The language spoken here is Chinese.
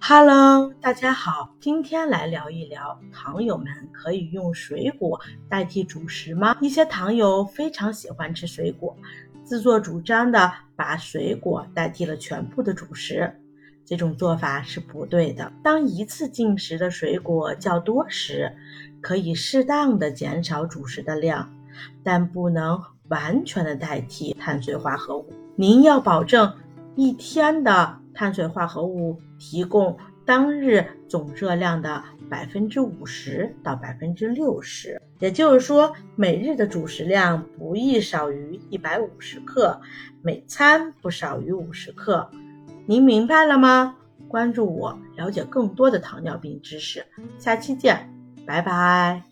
Hello，大家好，今天来聊一聊糖友们可以用水果代替主食吗？一些糖友非常喜欢吃水果，自作主张的把水果代替了全部的主食，这种做法是不对的。当一次进食的水果较多时，可以适当的减少主食的量，但不能完全的代替碳水化合物。您要保证一天的碳水化合物提供当日总热量的50%到60%，也就是说，每日的主食量不宜少于150克，每餐不少于50克。您明白了吗？关注我，了解更多的糖尿病知识。下期见，拜拜。